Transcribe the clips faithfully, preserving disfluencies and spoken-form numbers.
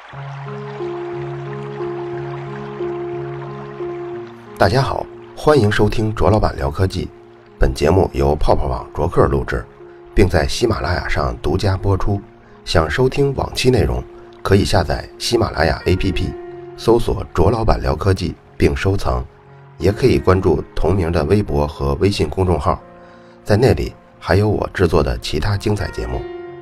大家好，欢迎收听卓老板聊科技。本节目由泡泡网卓克录制，并在喜马拉雅上独家播出。想收听往期内容，可以下载喜马拉雅 A P P， 搜索卓老板聊科技并收藏，也可以关注同名的微博和微信公众号，在那里还有我制作的其他精彩节目。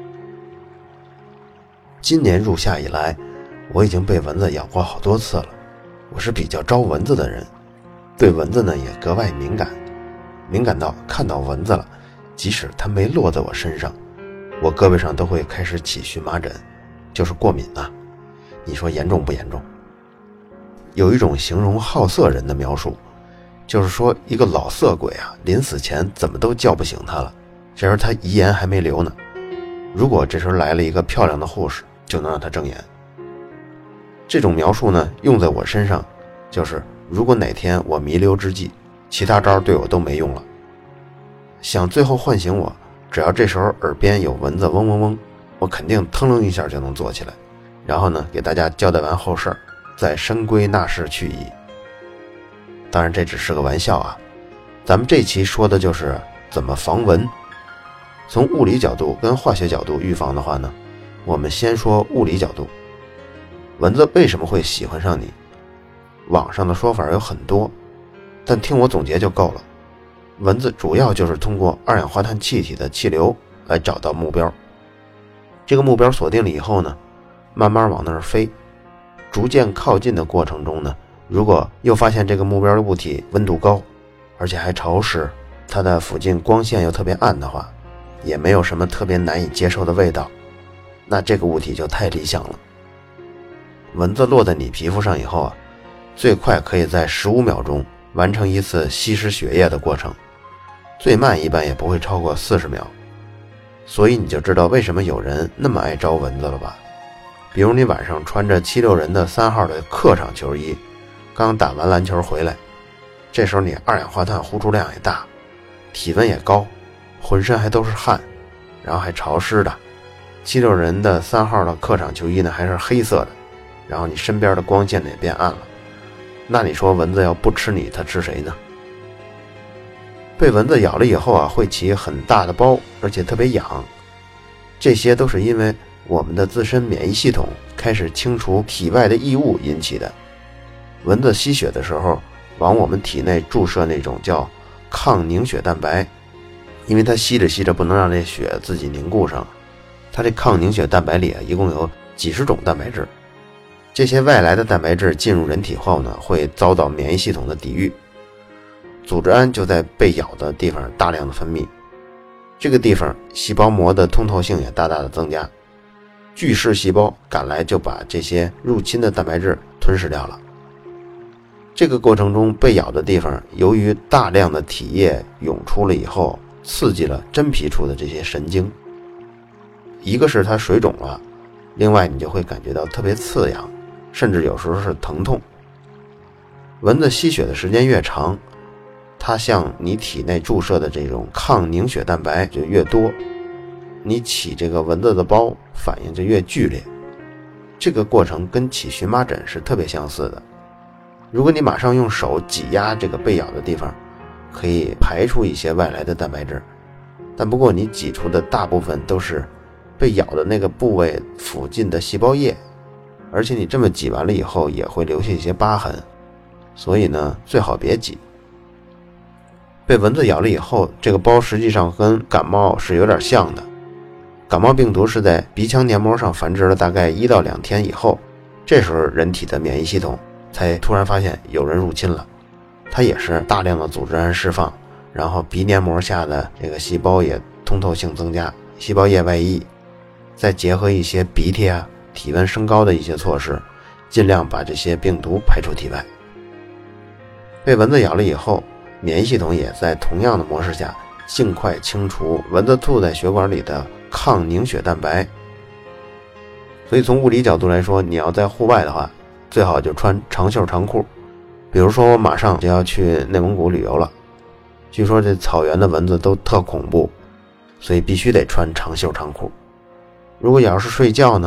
今年入夏以来，我已经被蚊子咬过好多次了。我是比较招蚊子的人，对蚊子呢也格外敏感，敏感到看到蚊子了，即使它没落在我身上，我胳膊上都会开始起荨麻疹，就是过敏啊。你说严重不严重？有一种形容好色人的描述，就是说一个老色鬼啊，临死前怎么都叫不醒他了，这时候他遗言还没留呢。如果这时候来了一个漂亮的护士，就能让他睁眼。这种描述呢，用在我身上，就是如果哪天我弥留之际，其他招对我都没用了，想最后唤醒我，只要这时候耳边有蚊子嗡嗡嗡，我肯定腾楞一下就能坐起来，然后呢给大家交代完后事，再深归纳室去矣。当然这只是个玩笑啊，咱们这期说的就是怎么防蚊。从物理角度跟化学角度预防的话呢，我们先说物理角度。蚊子为什么会喜欢上你？网上的说法有很多，但听我总结就够了。蚊子主要就是通过二氧化碳气体的气流来找到目标，这个目标锁定了以后呢，慢慢往那儿飞，逐渐靠近的过程中呢，如果又发现这个目标的物体温度高，而且还潮湿，它的附近光线又特别暗的话，也没有什么特别难以接受的味道，那这个物体就太理想了。蚊子落在你皮肤上以后啊，最快可以在十五秒钟完成一次吸食血液的过程，最慢一般也不会超过四十秒。所以你就知道为什么有人那么爱招蚊子了吧？比如你晚上穿着七六人的三号的客场球衣，刚打完篮球回来，这时候你二氧化碳呼出量也大，体温也高，浑身还都是汗，然后还潮湿的。七六人的三号的客场球衣呢还是黑色的，然后你身边的光线也变暗了，那你说蚊子要不吃你，它吃谁呢？被蚊子咬了以后啊，会起很大的包，而且特别痒，这些都是因为我们的自身免疫系统开始清除体外的异物引起的。蚊子吸血的时候，往我们体内注射那种叫抗凝血蛋白，因为它吸着吸着不能让这血自己凝固上，它这抗凝血蛋白里啊，一共有几十种蛋白质。这些外来的蛋白质进入人体后呢，会遭到免疫系统的抵御，组织胺就在被咬的地方大量的分泌，这个地方细胞膜的通透性也大大的增加，巨噬细胞赶来就把这些入侵的蛋白质吞噬掉了。这个过程中被咬的地方，由于大量的体液涌出了以后，刺激了真皮处的这些神经，一个是它水肿了，另外你就会感觉到特别刺痒，甚至有时候是疼痛。蚊子吸血的时间越长，它向你体内注射的这种抗凝血蛋白就越多，你起这个蚊子的包反应就越剧烈。这个过程跟起荨麻疹是特别相似的。如果你马上用手挤压这个被咬的地方，可以排出一些外来的蛋白质，但不过你挤出的大部分都是被咬的那个部位附近的细胞液，而且你这么挤完了以后也会留下一些疤痕，所以呢最好别挤。被蚊子咬了以后，这个包实际上跟感冒是有点像的。感冒病毒是在鼻腔黏膜上繁殖了大概一到两天以后，这时候人体的免疫系统才突然发现有人入侵了，它也是大量的组织胺释放，然后鼻黏膜下的这个细胞也通透性增加，细胞液外溢，再结合一些鼻涕啊、体温升高的一些措施，尽量把这些病毒排出体外。被蚊子咬了以后，免疫系统也在同样的模式下尽快清除蚊子吐在血管里的抗凝血蛋白。所以从物理角度来说，你要在户外的话，最好就穿长袖长裤。比如说我马上就要去内蒙古旅游了，据说这草原的蚊子都特恐怖，所以必须得穿长袖长裤。如果要是睡觉呢，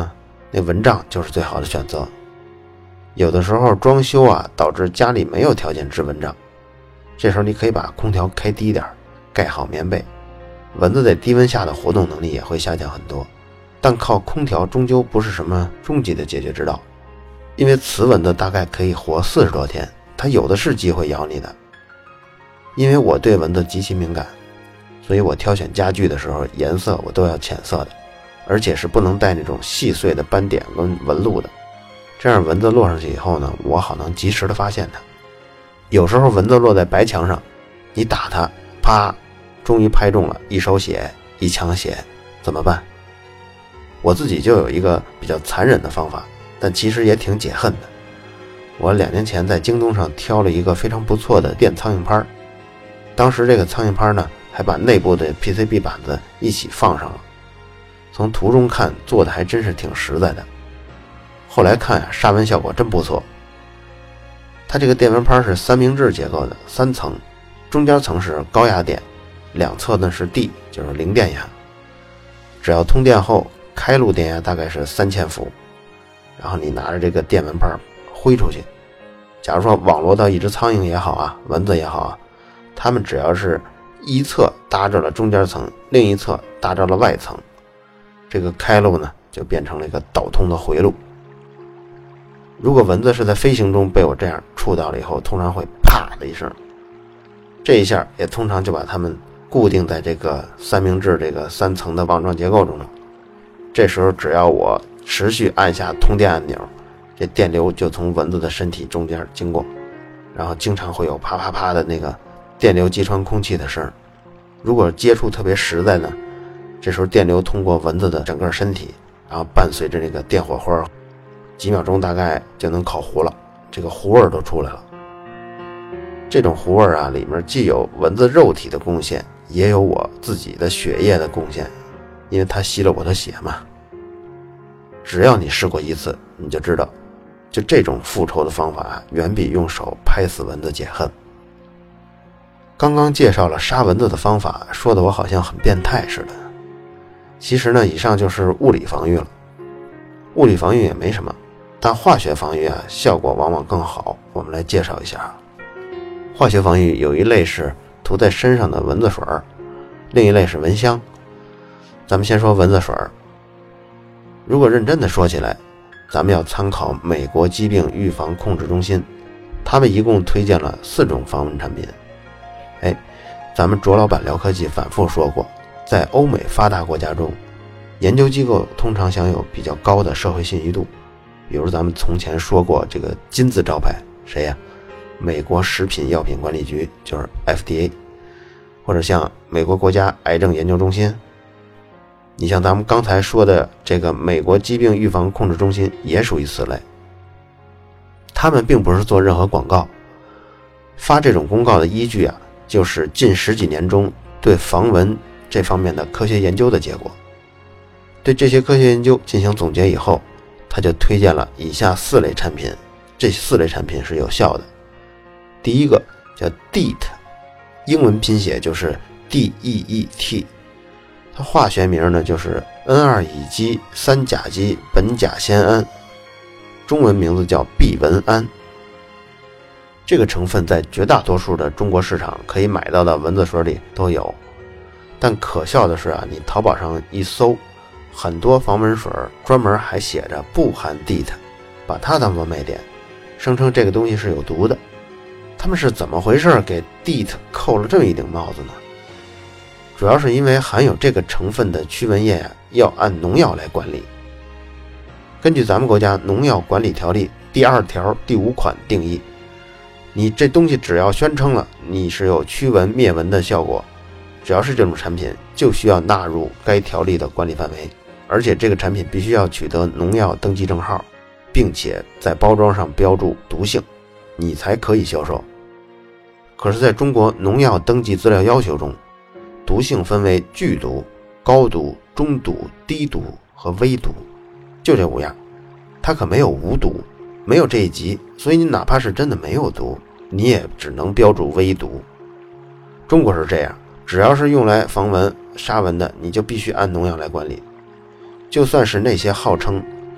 那蚊帐就是最好的选择。有的时候装修啊，导致家里没有条件织蚊帐，这时候你可以把空调开低点，盖好棉被，蚊子在低温下的活动能力也会下降很多。但靠空调终究不是什么终极的解决之道，因为雌蚊子大概可以活四十多天，它有的是机会咬你的。因为我对蚊子极其敏感，所以我挑选家具的时候颜色我都要浅色的，而且是不能带那种细碎的斑点跟纹路的，这样蚊子落上去以后呢，我好能及时的发现它。有时候蚊子落在白墙上，你打它，啪，终于拍中了，一手血一枪血，怎么办？我自己就有一个比较残忍的方法，但其实也挺解恨的。我两年前在京东上挑了一个非常不错的电苍蝇拍，当时这个苍蝇拍呢，还把内部的 P C B 板子一起放上了，从图中看做的还真是挺实在的。后来看啊，杀蚊效果真不错。它这个电蚊拍是三明治结构的，三层，中间层是高压电，两侧呢是 D， 就是零电压。只要通电后，开路电压大概是三千伏，然后你拿着这个电蚊拍挥出去，假如说网罗到一只苍蝇也好啊，蚊子也好啊，它们只要是一侧搭着了中间层，另一侧搭着了外层，这个开路呢就变成了一个导通的回路。如果蚊子是在飞行中被我这样触到了以后，通常会啪的一声，这一下也通常就把它们固定在这个三明治这个三层的网状结构中了。这时候只要我持续按下通电按钮，这电流就从蚊子的身体中间经过，然后经常会有啪啪啪的那个电流击穿空气的声。如果接触特别实在呢，这时候电流通过蚊子的整个身体，然后伴随着这个电火花，几秒钟大概就能烤糊了，这个糊味都出来了。这种糊味啊，里面既有蚊子肉体的贡献，也有我自己的血液的贡献，因为它吸了我的血嘛。只要你试过一次，你就知道，就这种复仇的方法啊，远比用手拍死蚊子解恨。刚刚介绍了杀蚊子的方法，说的我好像很变态似的。其实呢，以上就是物理防御了。物理防御也没什么，但化学防御啊，效果往往更好。我们来介绍一下。化学防御有一类是涂在身上的蚊子水，另一类是蚊香。咱们先说蚊子水。如果认真的说起来，咱们要参考美国疾病预防控制中心，他们一共推荐了四种防蚊产品。哎，咱们卓老板聊科技反复说过，在欧美发达国家中，研究机构通常享有比较高的社会信誉度。比如咱们从前说过这个金字招牌，谁呀？美国食品药品管理局，就是 F D A， 或者像美国国家癌症研究中心。你像咱们刚才说的这个美国疾病预防控制中心也属于此类。他们并不是做任何广告，发这种公告的依据啊，就是近十几年中对防蚊这方面的科学研究的结果。对这些科学研究进行总结以后，他就推荐了以下四类产品，这四类产品是有效的。第一个叫 D E E T， 英文拼写就是 D E E T， 它化学名呢就是 N 二 乙基三甲基苯甲酰胺，中文名字叫避蚊胺。这个成分在绝大多数的中国市场可以买到的蚊子水里都有，但可笑的是啊，你淘宝上一搜，很多防蚊水专门还写着不含 D E E T， 把它当作卖点，声称这个东西是有毒的。他们是怎么回事给 D E E T 扣了这么一顶帽子呢？主要是因为含有这个成分的驱蚊液啊，要按农药来管理。根据咱们国家农药管理条例第二条第五款定义，你这东西只要宣称了你是有驱蚊灭蚊的效果，只要是这种产品就需要纳入该条例的管理范围，而且这个产品必须要取得农药登记证号，并且在包装上标注毒性，你才可以销售。可是在中国农药登记资料要求中，毒性分为剧毒、高毒、中毒、低毒和微毒，就这五样，它可没有无毒，没有这一级，所以你哪怕是真的没有毒，你也只能标注微毒。中国是这样，只要是用来防蚊杀蚊的，你就必须按农药来管理。就算是那些号称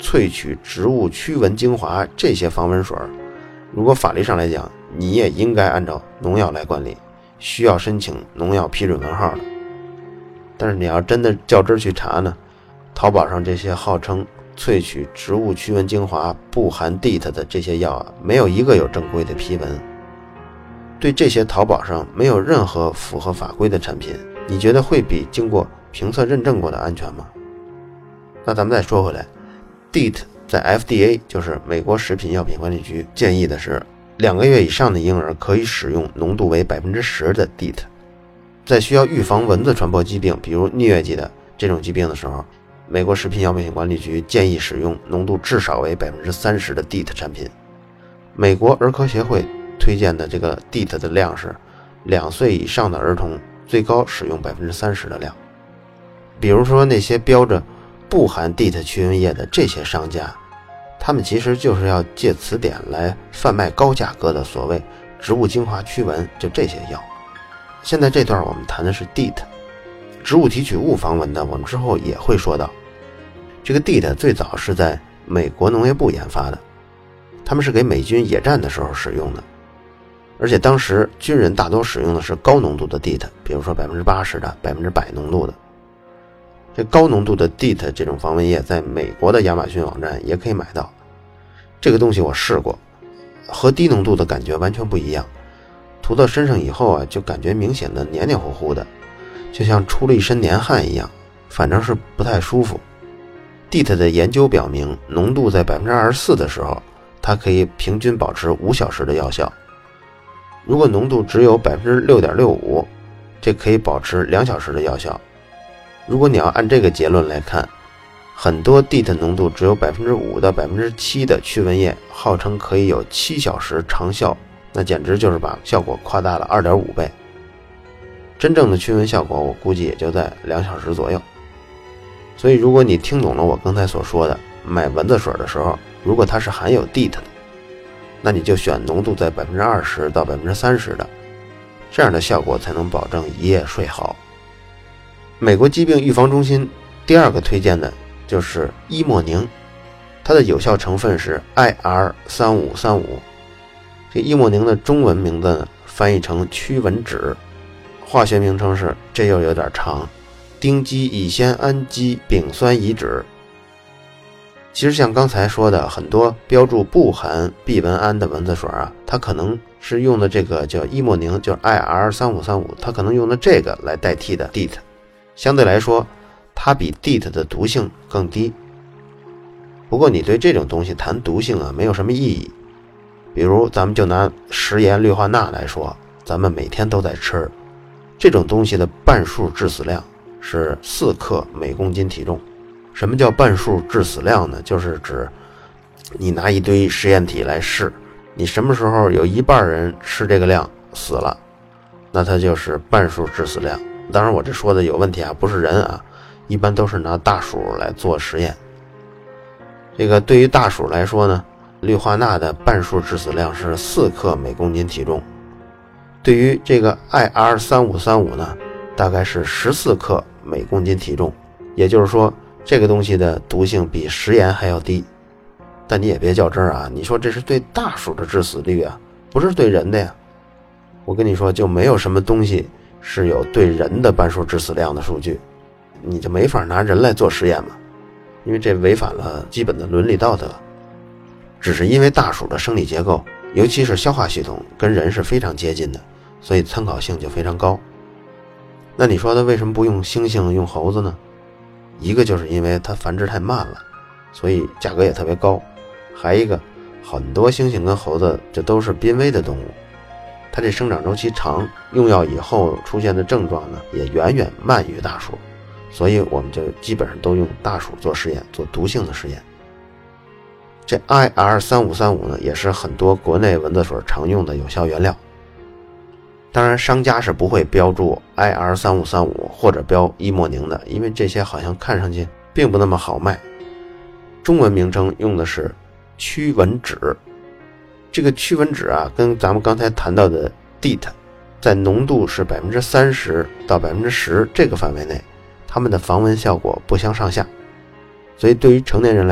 萃取植物驱蚊精华这些防蚊水，如果法律上来讲，你也应该按照农药来管理，需要申请农药批准文号的。但是你要真的较真去查呢，淘宝上这些号称萃取植物驱蚊精华不含 D E T 的这些药啊，没有一个有正规的批文。对这些淘宝上没有任何符合法规的产品，你觉得会比经过评测认证过的安全吗？那咱们再说回来， D E T 在 F D A 就是美国食品药品管理局建议的是，两个月以上的婴儿可以使用浓度为 百分之十 的 D E T。 在需要预防蚊子传播疾病，比如疟疾的这种疾病的时候，美国食品药品管理局建议使用浓度至少为 百分之三十 的 D E T 产品。美国儿科协会推荐的这个 D E T 的量是两岁以上的儿童最高使用 百分之三十 的量。比如说那些标着不含 D E T 驱蚊液的这些商家，他们其实就是要借此点来贩卖高价格的所谓植物精华驱蚊，就这些药。现在这段我们谈的是 D E T， 植物提取物防蚊的，我们之后也会说到。这个 D E T 最早是在美国农业部研发的，他们是给美军野战的时候使用的，而且当时军人大多使用的是高浓度的 D E T， 比如说 百分之八十 的 百分之百 浓度的。这高浓度的 D E T 这种防蚊液在美国的亚马逊网站也可以买到。这个东西我试过，和低浓度的感觉完全不一样，涂到身上以后啊，就感觉明显的黏黏糊糊的，就像出了一身黏汗一样，反正是不太舒服。D E T 的研究表明，浓度在 百分之二十四 的时候，它可以平均保持五小时的药效。如果浓度只有 百分之六点六五， 这可以保持两小时的药效。如果你要按这个结论来看，很多 D E T 浓度只有 百分之五 到 百分之七 的驱蚊液号称可以有七小时长效，那简直就是把效果夸大了 二点五倍。真正的驱蚊效果我估计也就在两小时左右。所以如果你听懂了我刚才所说的，买蚊子水的时候，如果它是含有 D E T 的，那你就选浓度在 百分之二十 到 百分之三十 的，这样的效果才能保证一夜睡好。美国疾病预防中心第二个推荐的就是伊莫宁，它的有效成分是 I R 三五三五。 这伊莫宁的中文名字呢，翻译成驱蚊酯，化学名称是，这又有点长，丁基乙酰氨基丙酸乙酯。其实像刚才说的，很多标注不含避蚊胺的蚊子水啊，它可能是用的这个叫伊莫宁，就是 I R 三五三五， 它可能用的这个来代替的 D E T， 相对来说它比 D E T 的毒性更低。不过你对这种东西谈毒性啊，没有什么意义。比如咱们就拿食盐氯化钠来说，咱们每天都在吃，这种东西的半数致死量是四克每公斤体重。什么叫半数致死量呢？就是指你拿一堆实验体来试，你什么时候有一半人吃这个量死了，那它就是半数致死量。当然我这说的有问题啊，不是人啊，一般都是拿大鼠来做实验。这个对于大鼠来说呢，氯化钠的半数致死量是四克每公斤体重，对于这个 I R 三五三五 呢，大概是十四克每公斤体重。也就是说这个东西的毒性比食盐还要低。但你也别较真啊，你说这是对大鼠的致死率啊，不是对人的呀。我跟你说，就没有什么东西是有对人的半数致死量的数据，你就没法拿人来做实验嘛，因为这违反了基本的伦理道德。只是因为大鼠的生理结构，尤其是消化系统跟人是非常接近的，所以参考性就非常高。那你说它为什么不用猩猩用猴子呢？一个就是因为它繁殖太慢了，所以价格也特别高。还一个，很多猩猩跟猴子这都是濒危的动物，它这生长周期长，用药以后出现的症状呢也远远慢于大鼠，所以我们就基本上都用大鼠做实验，做毒性的实验。这 I R 三五三五 呢，也是很多国内蚊子水常用的有效原料。当然商家是不会标注 I R 三五三五 或者标伊莫宁的，因为这些好像看上去并不那么好卖。中文名称用的是驱蚊酯。这个驱蚊酯啊，跟咱们刚才谈到的 D E T 在浓度是 百分之三十 到 百分之十 这个范围内，它们的防蚊效果不相上下。所以对于成年人来说，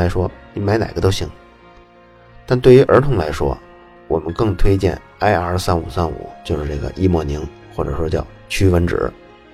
你买哪个都行。但对于儿童来说，我们更推荐 I R 三五三五， 就是这个伊莫宁，或者说叫驱蚊酯。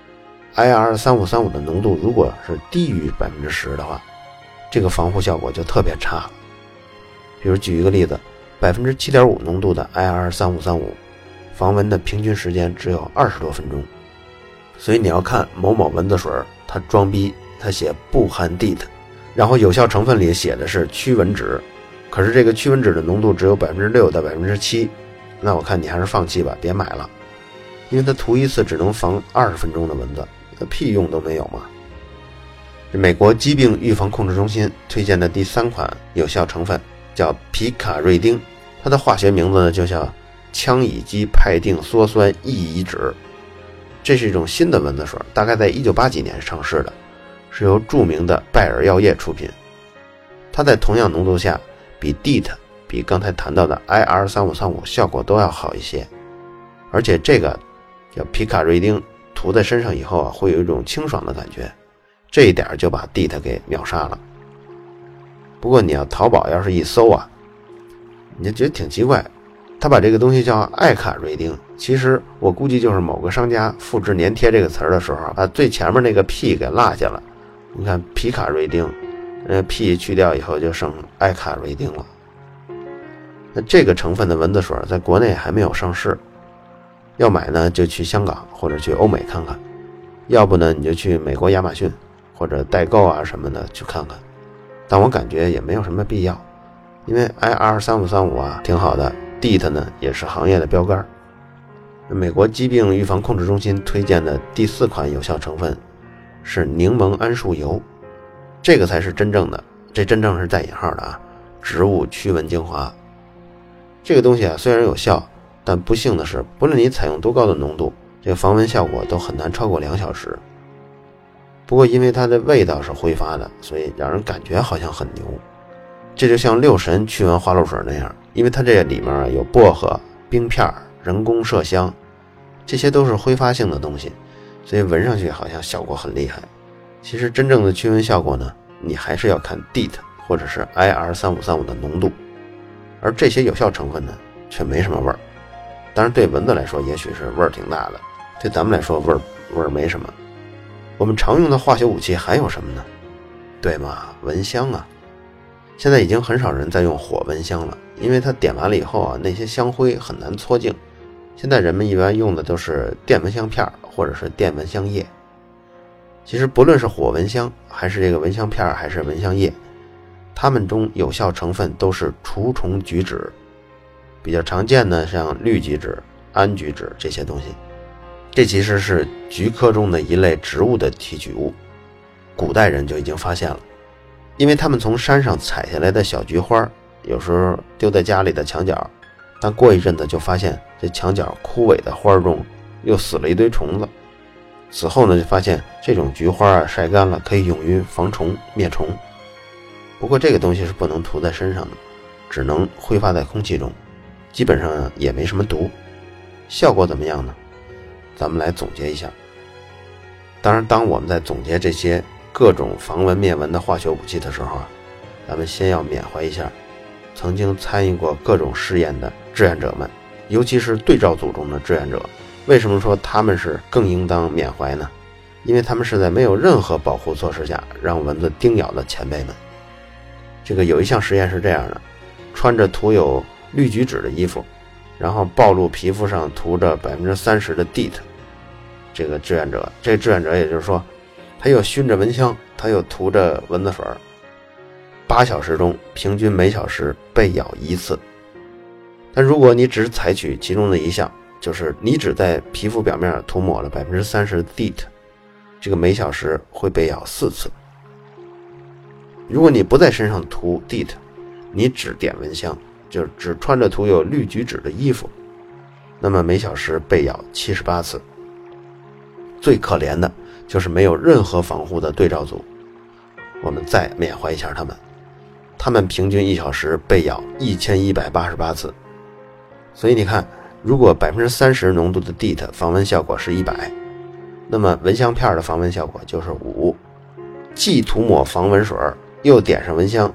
I R 三五三五 的浓度如果是低于 百分之十 的话，这个防护效果就特别差了。比如举一个例子， 百分之七点五 浓度的 I R 三五三五， 防蚊的平均时间只有二十多分钟。所以你要看某某蚊子水，它装逼，它写不含 D E T， 然后有效成分里写的是驱蚊酯，可是这个驱蚊酯的浓度只有 百分之六 到 百分之七， 那我看你还是放弃吧，别买了。因为它涂一次只能防二十分钟的蚊子，它屁用都没有嘛。这美国疾病预防控制中心推荐的第三款有效成分叫皮卡瑞丁，它的化学名字呢就叫羟乙基派定羧酸异乙酯。这是一种新的蚊子水，大概在一九八几年上市的，是由著名的拜耳药业出品。它在同样浓度下比 D E T 比刚才谈到的 I R 三五三五 效果都要好一些，而且这个叫皮卡瑞丁涂在身上以后啊，会有一种清爽的感觉，这一点就把 D E T 给秒杀了。不过你要淘宝要是一搜啊，你就觉得挺奇怪，他把这个东西叫艾卡瑞丁，其实我估计就是某个商家复制粘贴这个词儿的时候把最前面那个 P 给落下了。你看皮卡瑞丁，呃 P 去掉以后就剩艾卡瑞丁了。那这个成分的蚊子水在国内还没有上市，要买呢就去香港或者去欧美看看，要不呢你就去美国亚马逊或者代购啊什么的去看看。但我感觉也没有什么必要，因为 I R 三五三五 啊挺好的， D E T 呢也是行业的标杆。美国疾病预防控制中心推荐的第四款有效成分是柠檬桉树油，这个才是真正的，这真正是带引号的啊，植物驱蚊精华。这个东西啊虽然有效，但不幸的是不论你采用多高的浓度，这个防蚊效果都很难超过两小时。不过因为它的味道是挥发的，所以让人感觉好像很牛。这就像六神驱蚊花露水那样，因为它这里面啊有薄荷、冰片、人工麝香，这些都是挥发性的东西，所以闻上去好像效果很厉害。其实真正的驱蚊效果呢，你还是要看 D E T 或者是 I R 三五三五 的浓度，而这些有效成分呢却没什么味儿。当然对蚊子来说也许是味儿挺大的，对咱们来说味儿味儿没什么。我们常用的化学武器还有什么呢？对嘛，蚊香啊。现在已经很少人在用火蚊香了，因为它点完了以后啊，那些香灰很难搓净。现在人们一般用的都是电蚊香片或者是电蚊香液。其实不论是火蚊香还是这个蚊香片还是蚊香液，它们中有效成分都是除虫菊酯，比较常见的像绿菊酯、桉菊酯这些东西。这其实是菊科中的一类植物的提取物，古代人就已经发现了，因为他们从山上采下来的小菊花，有时候丢在家里的墙角，但过一阵子就发现这墙角枯萎的花中又死了一堆虫子。此后呢，就发现这种菊花啊晒干了可以用于防虫灭虫。不过这个东西是不能涂在身上的，只能挥发在空气中，基本上也没什么毒。效果怎么样呢？咱们来总结一下。当然当我们在总结这些各种防蚊灭蚊的化学武器的时候啊，咱们先要缅怀一下曾经参与过各种试验的志愿者们，尤其是对照组中的志愿者。为什么说他们是更应当缅怀呢？因为他们是在没有任何保护措施下让蚊子叮咬的前辈们。这个有一项实验是这样的，穿着涂有绿菊酯的衣服，然后暴露皮肤上涂着 百分之三十 的 D E T， 这个志愿者，这个志愿者也就是说他又熏着蚊香，他又涂着蚊子水，八小时中平均每小时被咬一次。但如果你只采取其中的一项，就是你只在皮肤表面涂抹了 百分之三十 的 D E T， 这个每小时会被咬四次。如果你不在身上涂 D E T， 你只点蚊香，就是只穿着涂有绿菊酯的衣服，那么每小时被咬七十八次。最可怜的就是没有任何防护的对照组，我们再缅怀一下他们，他们平均一小时被咬一千一百八十八次。所以你看，如果 百分之三十 浓度的 D E T 防蚊效果是一百，那么蚊香片的防蚊效果就是五。既涂抹防蚊水又点上蚊香，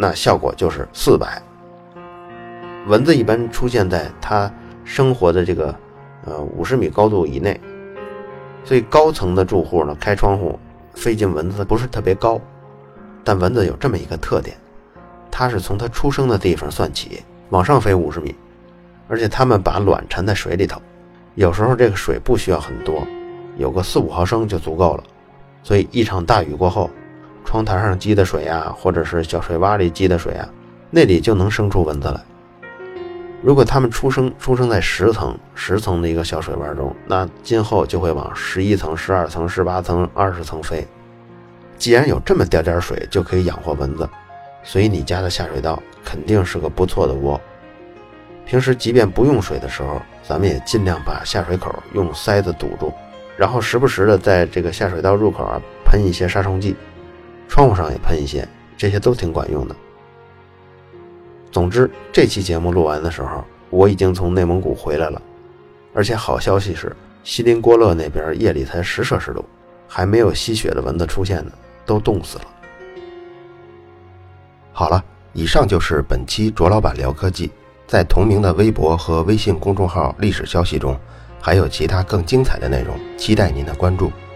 那效果就是四百。蚊子一般出现在它生活的这个呃五十米高度以内，所以高层的住户呢，开窗户飞进蚊子不是特别高。但蚊子有这么一个特点，它是从它出生的地方算起，往上飞五十米，而且它们把卵产在水里头，有时候这个水不需要很多，有个四五毫升就足够了。所以一场大雨过后，窗台上积的水啊，或者是小水洼里积的水啊，那里就能生出蚊子来。如果它们出生出生在十层十层的一个小水洼中，那今后就会往十一层、十二层、十八层、二十层飞。既然有这么点点水就可以养活蚊子，所以你家的下水道肯定是个不错的窝。平时即便不用水的时候，咱们也尽量把下水口用塞子堵住，然后时不时的在这个下水道入口啊喷一些杀虫剂，窗户上也喷一些，这些都挺管用的。总之，这期节目录完的时候，我已经从内蒙古回来了，而且好消息是，锡林郭勒那边夜里才十摄氏度，还没有吸血的蚊子出现呢，都冻死了。 好了，以上就是本期卓老板聊科技。在同名的微博和微信公众号历史消息中，还有其他更精彩的内容，期待您的关注。